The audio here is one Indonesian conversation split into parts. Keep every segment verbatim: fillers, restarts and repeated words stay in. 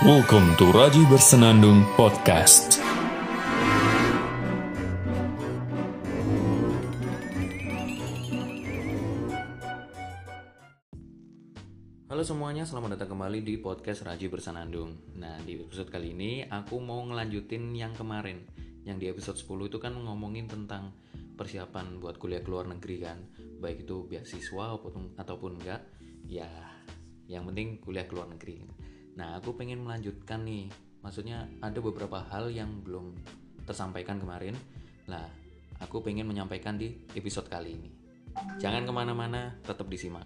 Welcome to Raji Bersenandung Podcast. Halo semuanya, selamat datang kembali di podcast Raji Bersenandung. Nah, di episode kali ini aku mau ngelanjutin yang kemarin. Yang di episode sepuluh itu kan ngomongin tentang persiapan buat kuliah ke luar negeri kan. Baik itu beasiswa ataupun, ataupun enggak. Ya, yang penting kuliah ke luar negeri. Nah, aku pengen melanjutkan nih. Maksudnya ada beberapa hal yang belum tersampaikan kemarin. Nah, aku pengen menyampaikan di episode kali ini. Jangan kemana-mana, tetap disimak.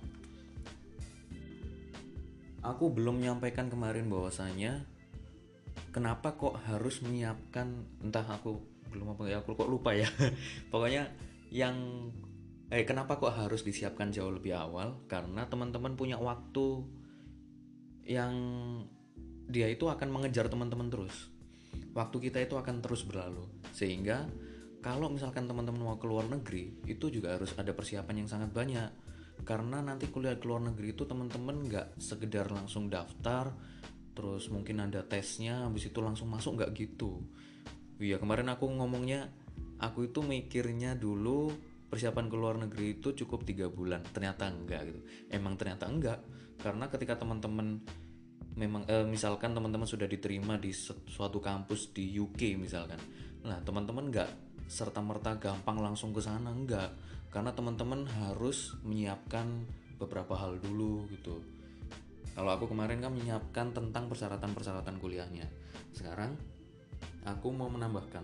Aku belum menyampaikan kemarin bahwasanya kenapa kok harus menyiapkan, entah aku belum apa ya, aku kok lupa ya. Pokoknya yang eh kenapa kok harus disiapkan jauh lebih awal? Karena teman-teman punya waktu yang dia itu akan mengejar teman-teman terus. Waktu kita itu akan terus berlalu. Sehingga kalau misalkan teman-teman mau ke luar negeri, itu juga harus ada persiapan yang sangat banyak. Karena nanti kuliah ke luar negeri itu teman-teman gak sekedar langsung daftar, terus mungkin ada tesnya, habis itu langsung masuk, gak gitu. Iya, kemarin aku ngomongnya, aku itu mikirnya dulu persiapan ke luar negeri itu cukup tiga bulan. Ternyata enggak gitu. Emang ternyata enggak. Karena ketika teman-teman memang eh, misalkan teman-teman sudah diterima di suatu kampus di U K misalkan. Nah, teman-teman enggak serta-merta gampang langsung ke sana, enggak. Karena teman-teman harus menyiapkan beberapa hal dulu gitu. Kalau aku kemarin kan menyiapkan tentang persyaratan-persyaratan kuliahnya. Sekarang aku mau menambahkan,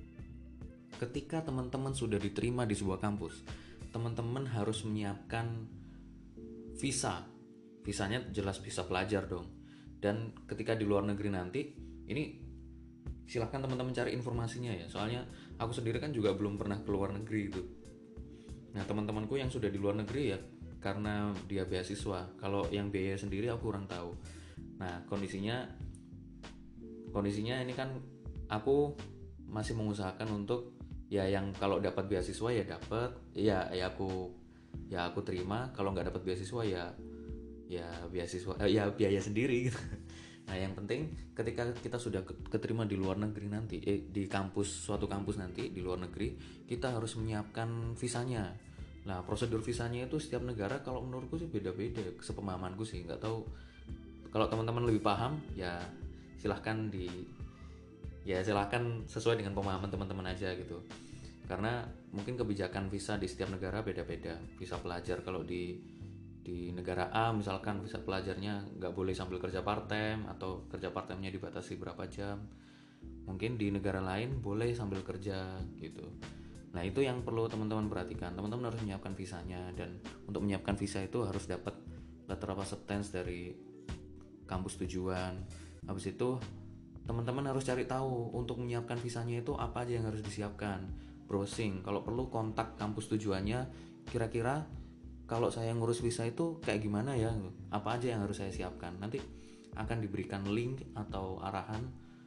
ketika teman-teman sudah diterima di sebuah kampus, teman-teman harus menyiapkan visa. Visanya jelas visa pelajar dong. Dan ketika di luar negeri nanti, ini silahkan teman-teman cari informasinya ya. Soalnya aku sendiri kan juga belum pernah ke luar negeri gitu. Nah, teman-temanku yang sudah di luar negeri ya karena dia beasiswa. Kalau yang biaya sendiri aku kurang tahu. Nah, kondisinya kondisinya ini kan aku masih mengusahakan untuk ya yang kalau dapat beasiswa ya dapat, ya ya aku ya aku terima. Kalau nggak dapat beasiswa ya ya beasiswa eh, ya biaya sendiri gitu. Nah, yang penting ketika kita sudah keterima di luar negeri nanti, eh, di kampus, suatu kampus nanti di luar negeri, kita harus menyiapkan visanya. Nah, prosedur visanya itu setiap negara kalau menurutku sih beda-beda, sepemahamanku sih, nggak tahu. Kalau teman-teman lebih paham, ya silahkan di, ya silahkan sesuai dengan pemahaman teman-teman aja gitu. Karena mungkin kebijakan visa di setiap negara beda-beda. Visa pelajar kalau di di negara A misalkan visa pelajarnya nggak boleh sambil kerja part time atau kerja part time-nya dibatasi berapa jam. Mungkin di negara lain boleh sambil kerja gitu. Nah, itu yang perlu teman-teman perhatikan. Teman-teman harus menyiapkan visanya, dan untuk menyiapkan visa itu harus dapat letter of acceptance dari kampus tujuan. Habis itu teman-teman harus cari tahu untuk menyiapkan visanya itu apa aja yang harus disiapkan. Browsing, kalau perlu kontak kampus tujuannya, kira-kira kalau saya ngurus visa itu kayak gimana ya, apa aja yang harus saya siapkan. Nanti akan diberikan link atau arahan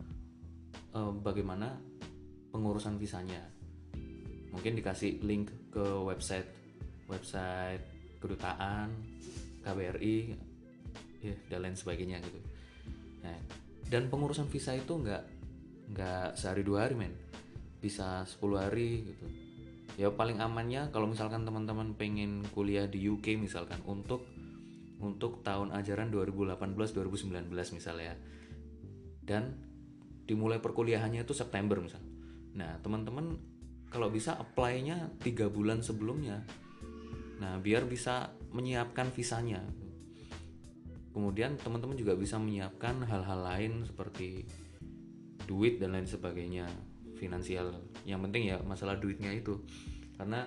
eh, bagaimana pengurusan visanya. Mungkin dikasih link ke website website kedutaan, K B R I ya, dan lain sebagainya gitu. Nah, dan pengurusan visa itu nggak nggak sehari dua hari men, bisa sepuluh hari gitu. Ya paling amannya kalau misalkan teman-teman pengen kuliah di U K misalkan untuk untuk tahun ajaran dua ribu delapan belas dua ribu sembilan belas misalnya, dan dimulai perkuliahannya itu September misal. Nah, teman-teman kalau bisa apply-nya tiga bulan sebelumnya. Nah, biar bisa menyiapkan visanya. Kemudian teman-teman juga bisa menyiapkan hal-hal lain seperti duit dan lain sebagainya, finansial. Yang penting ya masalah duitnya itu. Karena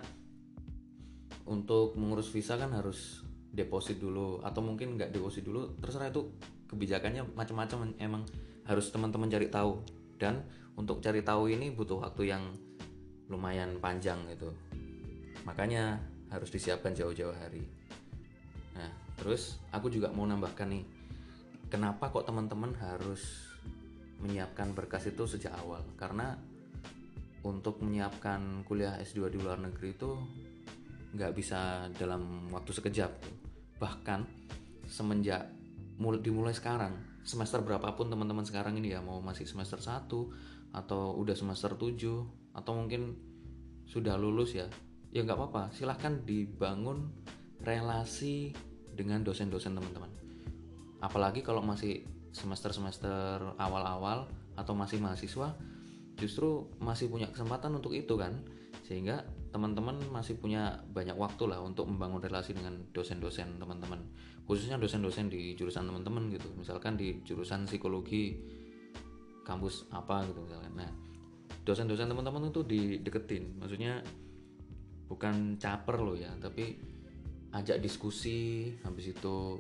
untuk mengurus visa kan harus deposit dulu, atau mungkin nggak deposit dulu, terserah, itu kebijakannya macam-macam. Emang harus teman-teman cari tahu, dan untuk cari tahu ini butuh waktu yang lumayan panjang gitu. Makanya harus disiapkan jauh-jauh hari. Nah, terus aku juga mau nambahkan nih, kenapa kok teman-teman harus menyiapkan berkas itu sejak awal. Karena untuk menyiapkan kuliah S dua di luar negeri itu nggak bisa dalam waktu sekejap. Bahkan semenjak dimulai sekarang, semester berapapun teman-teman sekarang ini ya, mau masih semester satu atau udah semester tujuh atau mungkin sudah lulus ya, ya nggak apa-apa, silahkan dibangun relasi dengan dosen-dosen teman-teman. Apalagi kalau masih semester-semester awal-awal atau masih mahasiswa, justru masih punya kesempatan untuk itu kan, sehingga teman-teman masih punya banyak waktu lah untuk membangun relasi dengan dosen-dosen teman-teman, khususnya dosen-dosen di jurusan teman-teman gitu, misalkan di jurusan psikologi kampus apa gitu misalkan. Nah, dosen-dosen teman-teman itu dideketin, maksudnya bukan caper loh ya, tapi ajak diskusi, habis itu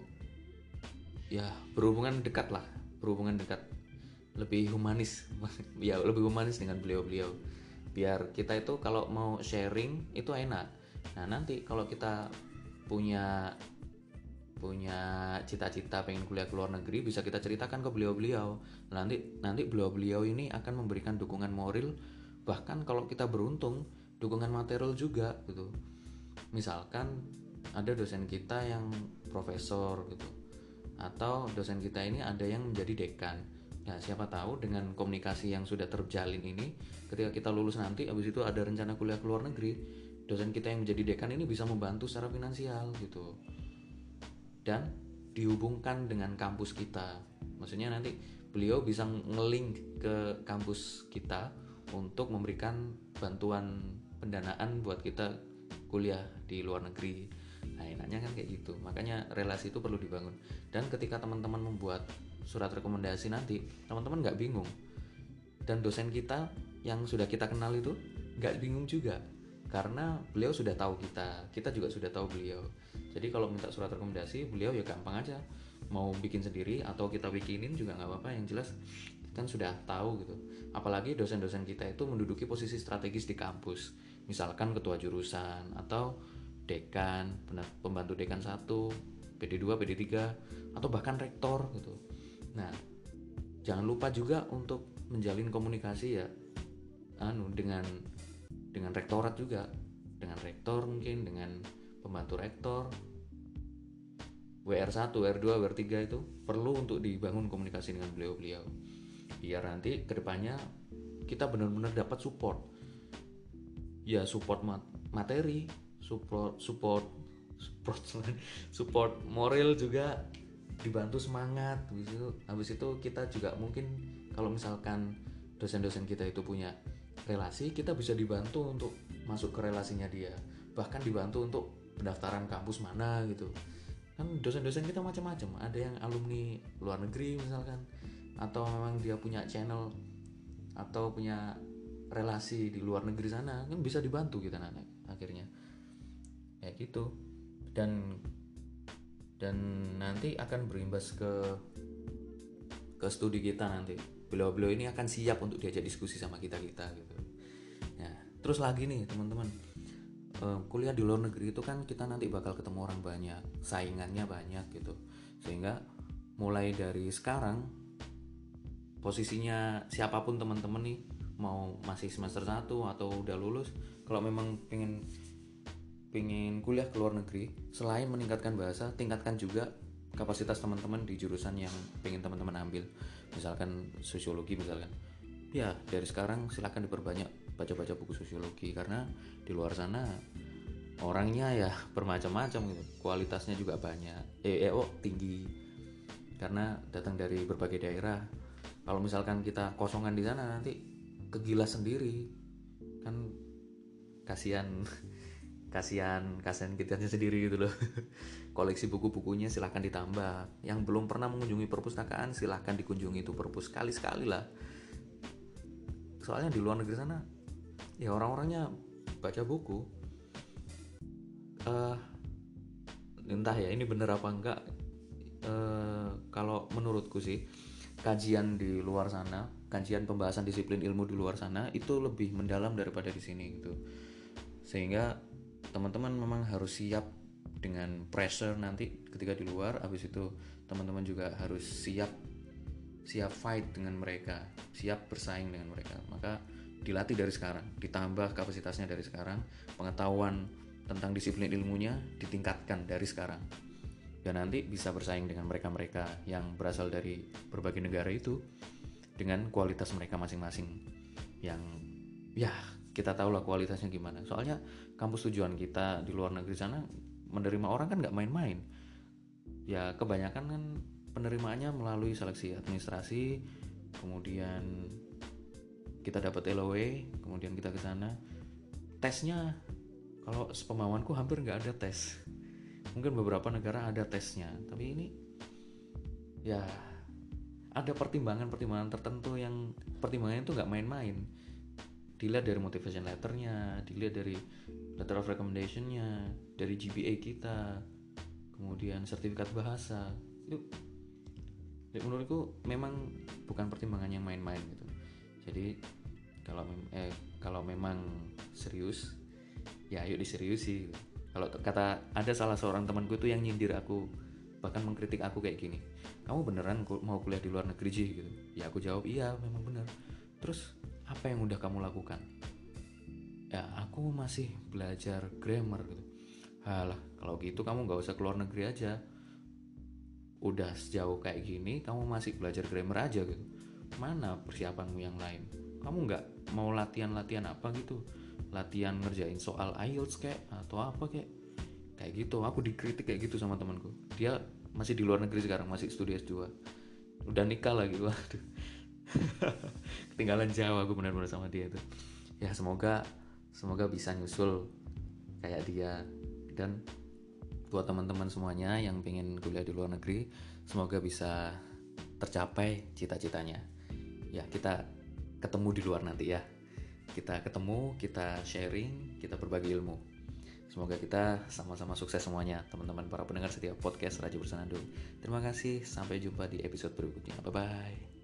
ya berhubungan dekat lah, berhubungan dekat, lebih humanis ya, lebih humanis dengan beliau-beliau, biar kita itu kalau mau sharing itu enak. Nah nanti kalau kita punya punya cita-cita pengen kuliah ke luar negeri, bisa kita ceritakan ke beliau-beliau. Nanti nanti beliau-beliau ini akan memberikan dukungan moral, bahkan kalau kita beruntung dukungan material juga gitu. Misalkan ada dosen kita yang profesor gitu, atau dosen kita ini ada yang menjadi dekan. Nah siapa tahu dengan komunikasi yang sudah terjalin ini, ketika kita lulus nanti habis itu ada rencana kuliah ke luar negeri, dosen kita yang menjadi dekan ini bisa membantu secara finansial gitu, dan dihubungkan dengan kampus kita. Maksudnya nanti beliau bisa nge-link ke kampus kita untuk memberikan bantuan pendanaan buat kita kuliah di luar negeri. Nah enaknya kan kayak gitu, makanya relasi itu perlu dibangun. Dan ketika teman-teman membuat surat rekomendasi nanti, teman-teman nggak bingung, dan dosen kita yang sudah kita kenal itu nggak bingung juga, karena beliau sudah tahu kita, kita juga sudah tahu beliau. Jadi kalau minta surat rekomendasi, beliau ya gampang aja, mau bikin sendiri atau kita bikinin juga nggak apa-apa, yang jelas kan sudah tahu gitu. Apalagi dosen-dosen kita itu menduduki posisi strategis di kampus, misalkan ketua jurusan atau dekan, pembantu dekan satu, P D dua, P D tiga, atau bahkan rektor gitu. Nah, jangan lupa juga untuk menjalin komunikasi ya, anu dengan dengan rektorat juga, dengan rektor mungkin, dengan pembantu rektor, W R satu, W R dua, W R tiga itu perlu untuk dibangun komunikasi dengan beliau-beliau, biar nanti kedepannya kita benar-benar dapat support. Ya support materi, support support support support moral juga, dibantu semangat. Habis itu, habis itu kita juga mungkin kalau misalkan dosen-dosen kita itu punya relasi, kita bisa dibantu untuk masuk ke relasinya dia, bahkan dibantu untuk pendaftaran kampus mana gitu. Kan dosen-dosen kita macam-macam, ada yang alumni luar negeri misalkan, atau memang dia punya channel atau punya relasi di luar negeri sana, kan bisa dibantu kita nanti akhirnya ya gitu. Dan dan nanti akan berimbas ke ke studi kita nanti. Beliau-beliau ini akan siap untuk diajak diskusi sama kita-kita gitu. Nah, terus lagi nih teman-teman, uh, kuliah di luar negeri itu kan kita nanti bakal ketemu orang banyak, saingannya banyak gitu. Sehingga mulai dari sekarang, posisinya siapapun teman-teman nih, mau masih semester satu atau udah lulus, kalau memang pengen pengen kuliah ke luar negeri, selain meningkatkan bahasa, tingkatkan juga kapasitas teman-teman di jurusan yang pengen teman-teman ambil. Misalkan sosiologi misalkan, ya dari sekarang silakan diperbanyak baca-baca buku sosiologi, karena di luar sana orangnya ya bermacam-macam gitu, kualitasnya juga banyak, eh, eh oh tinggi, karena datang dari berbagai daerah. Kalau misalkan kita kosongan di sana nanti kegilas sendiri, kan kasihan kasihan kasihan kitanya sendiri gitu loh. Koleksi buku-bukunya silahkan ditambah. Yang belum pernah mengunjungi perpustakaan, silahkan dikunjungi itu perpus sekali-sekali lah. Soalnya di luar negeri sana ya orang-orangnya baca buku. uh, entah ya ini bener apa enggak, uh, kalau menurutku sih kajian di luar sana, kajian pembahasan disiplin ilmu di luar sana itu lebih mendalam daripada di sini gitu. Sehingga teman-teman memang harus siap dengan pressure nanti ketika di luar. Habis itu teman-teman juga harus siap siap fight dengan mereka, siap bersaing dengan mereka. Maka dilatih dari sekarang, ditambah kapasitasnya dari sekarang, pengetahuan tentang disiplin ilmunya ditingkatkan dari sekarang. dan nanti bisa bersaing dengan mereka-mereka yang berasal dari berbagai negara itu dengan kualitas mereka masing-masing yang ya kita tahu lah kualitasnya gimana. Soalnya kampus tujuan kita di luar negeri sana menerima orang kan nggak main-main ya, kebanyakan kan penerimaannya melalui seleksi administrasi, kemudian kita dapat L O A, kemudian kita ke sana. Tesnya kalau sepemahamanku hampir nggak ada tes. Mungkin beberapa negara ada tesnya, tapi ini ya ada pertimbangan-pertimbangan tertentu yang pertimbangannya itu nggak main-main. Dilihat dari motivation letternya, dilihat dari letter of recommendation-nya, dari G P A kita, kemudian sertifikat bahasa. Itu menurutku memang bukan pertimbangan yang main-main gitu. Jadi kalau mem- eh, kalau memang serius, ya ayo diseriusi. Kalau kata ada salah seorang temanku itu yang nyindir aku, bahkan mengkritik aku kayak gini, kamu beneran mau kuliah di luar negeri sih gitu. Ya aku jawab iya memang bener. Terus apa yang udah kamu lakukan? Ya aku masih belajar grammar gitu. Halah kalau gitu kamu gak usah keluar negeri aja. Udah sejauh kayak gini kamu masih belajar grammar aja gitu. Mana persiapanmu yang lain? Kamu gak mau latihan-latihan apa gitu? Latihan ngerjain soal I E L T S kayak atau apa kayak kayak gitu. Aku dikritik kayak gitu sama temanku. Dia masih di luar negeri sekarang, masih studi S dua, udah nikah lagi. Waduh ketinggalan jauh aku benar-benar sama dia tuh. Ya semoga semoga bisa nyusul kayak dia. Dan buat teman-teman semuanya yang pengen kuliah di luar negeri, semoga bisa tercapai cita-citanya. Ya kita ketemu di luar nanti ya. Kita ketemu, kita sharing, kita berbagi ilmu. Semoga kita sama-sama sukses semuanya, teman-teman para pendengar setiap podcast Raja Bersenandung. Terima kasih, sampai jumpa di episode berikutnya. Bye-bye.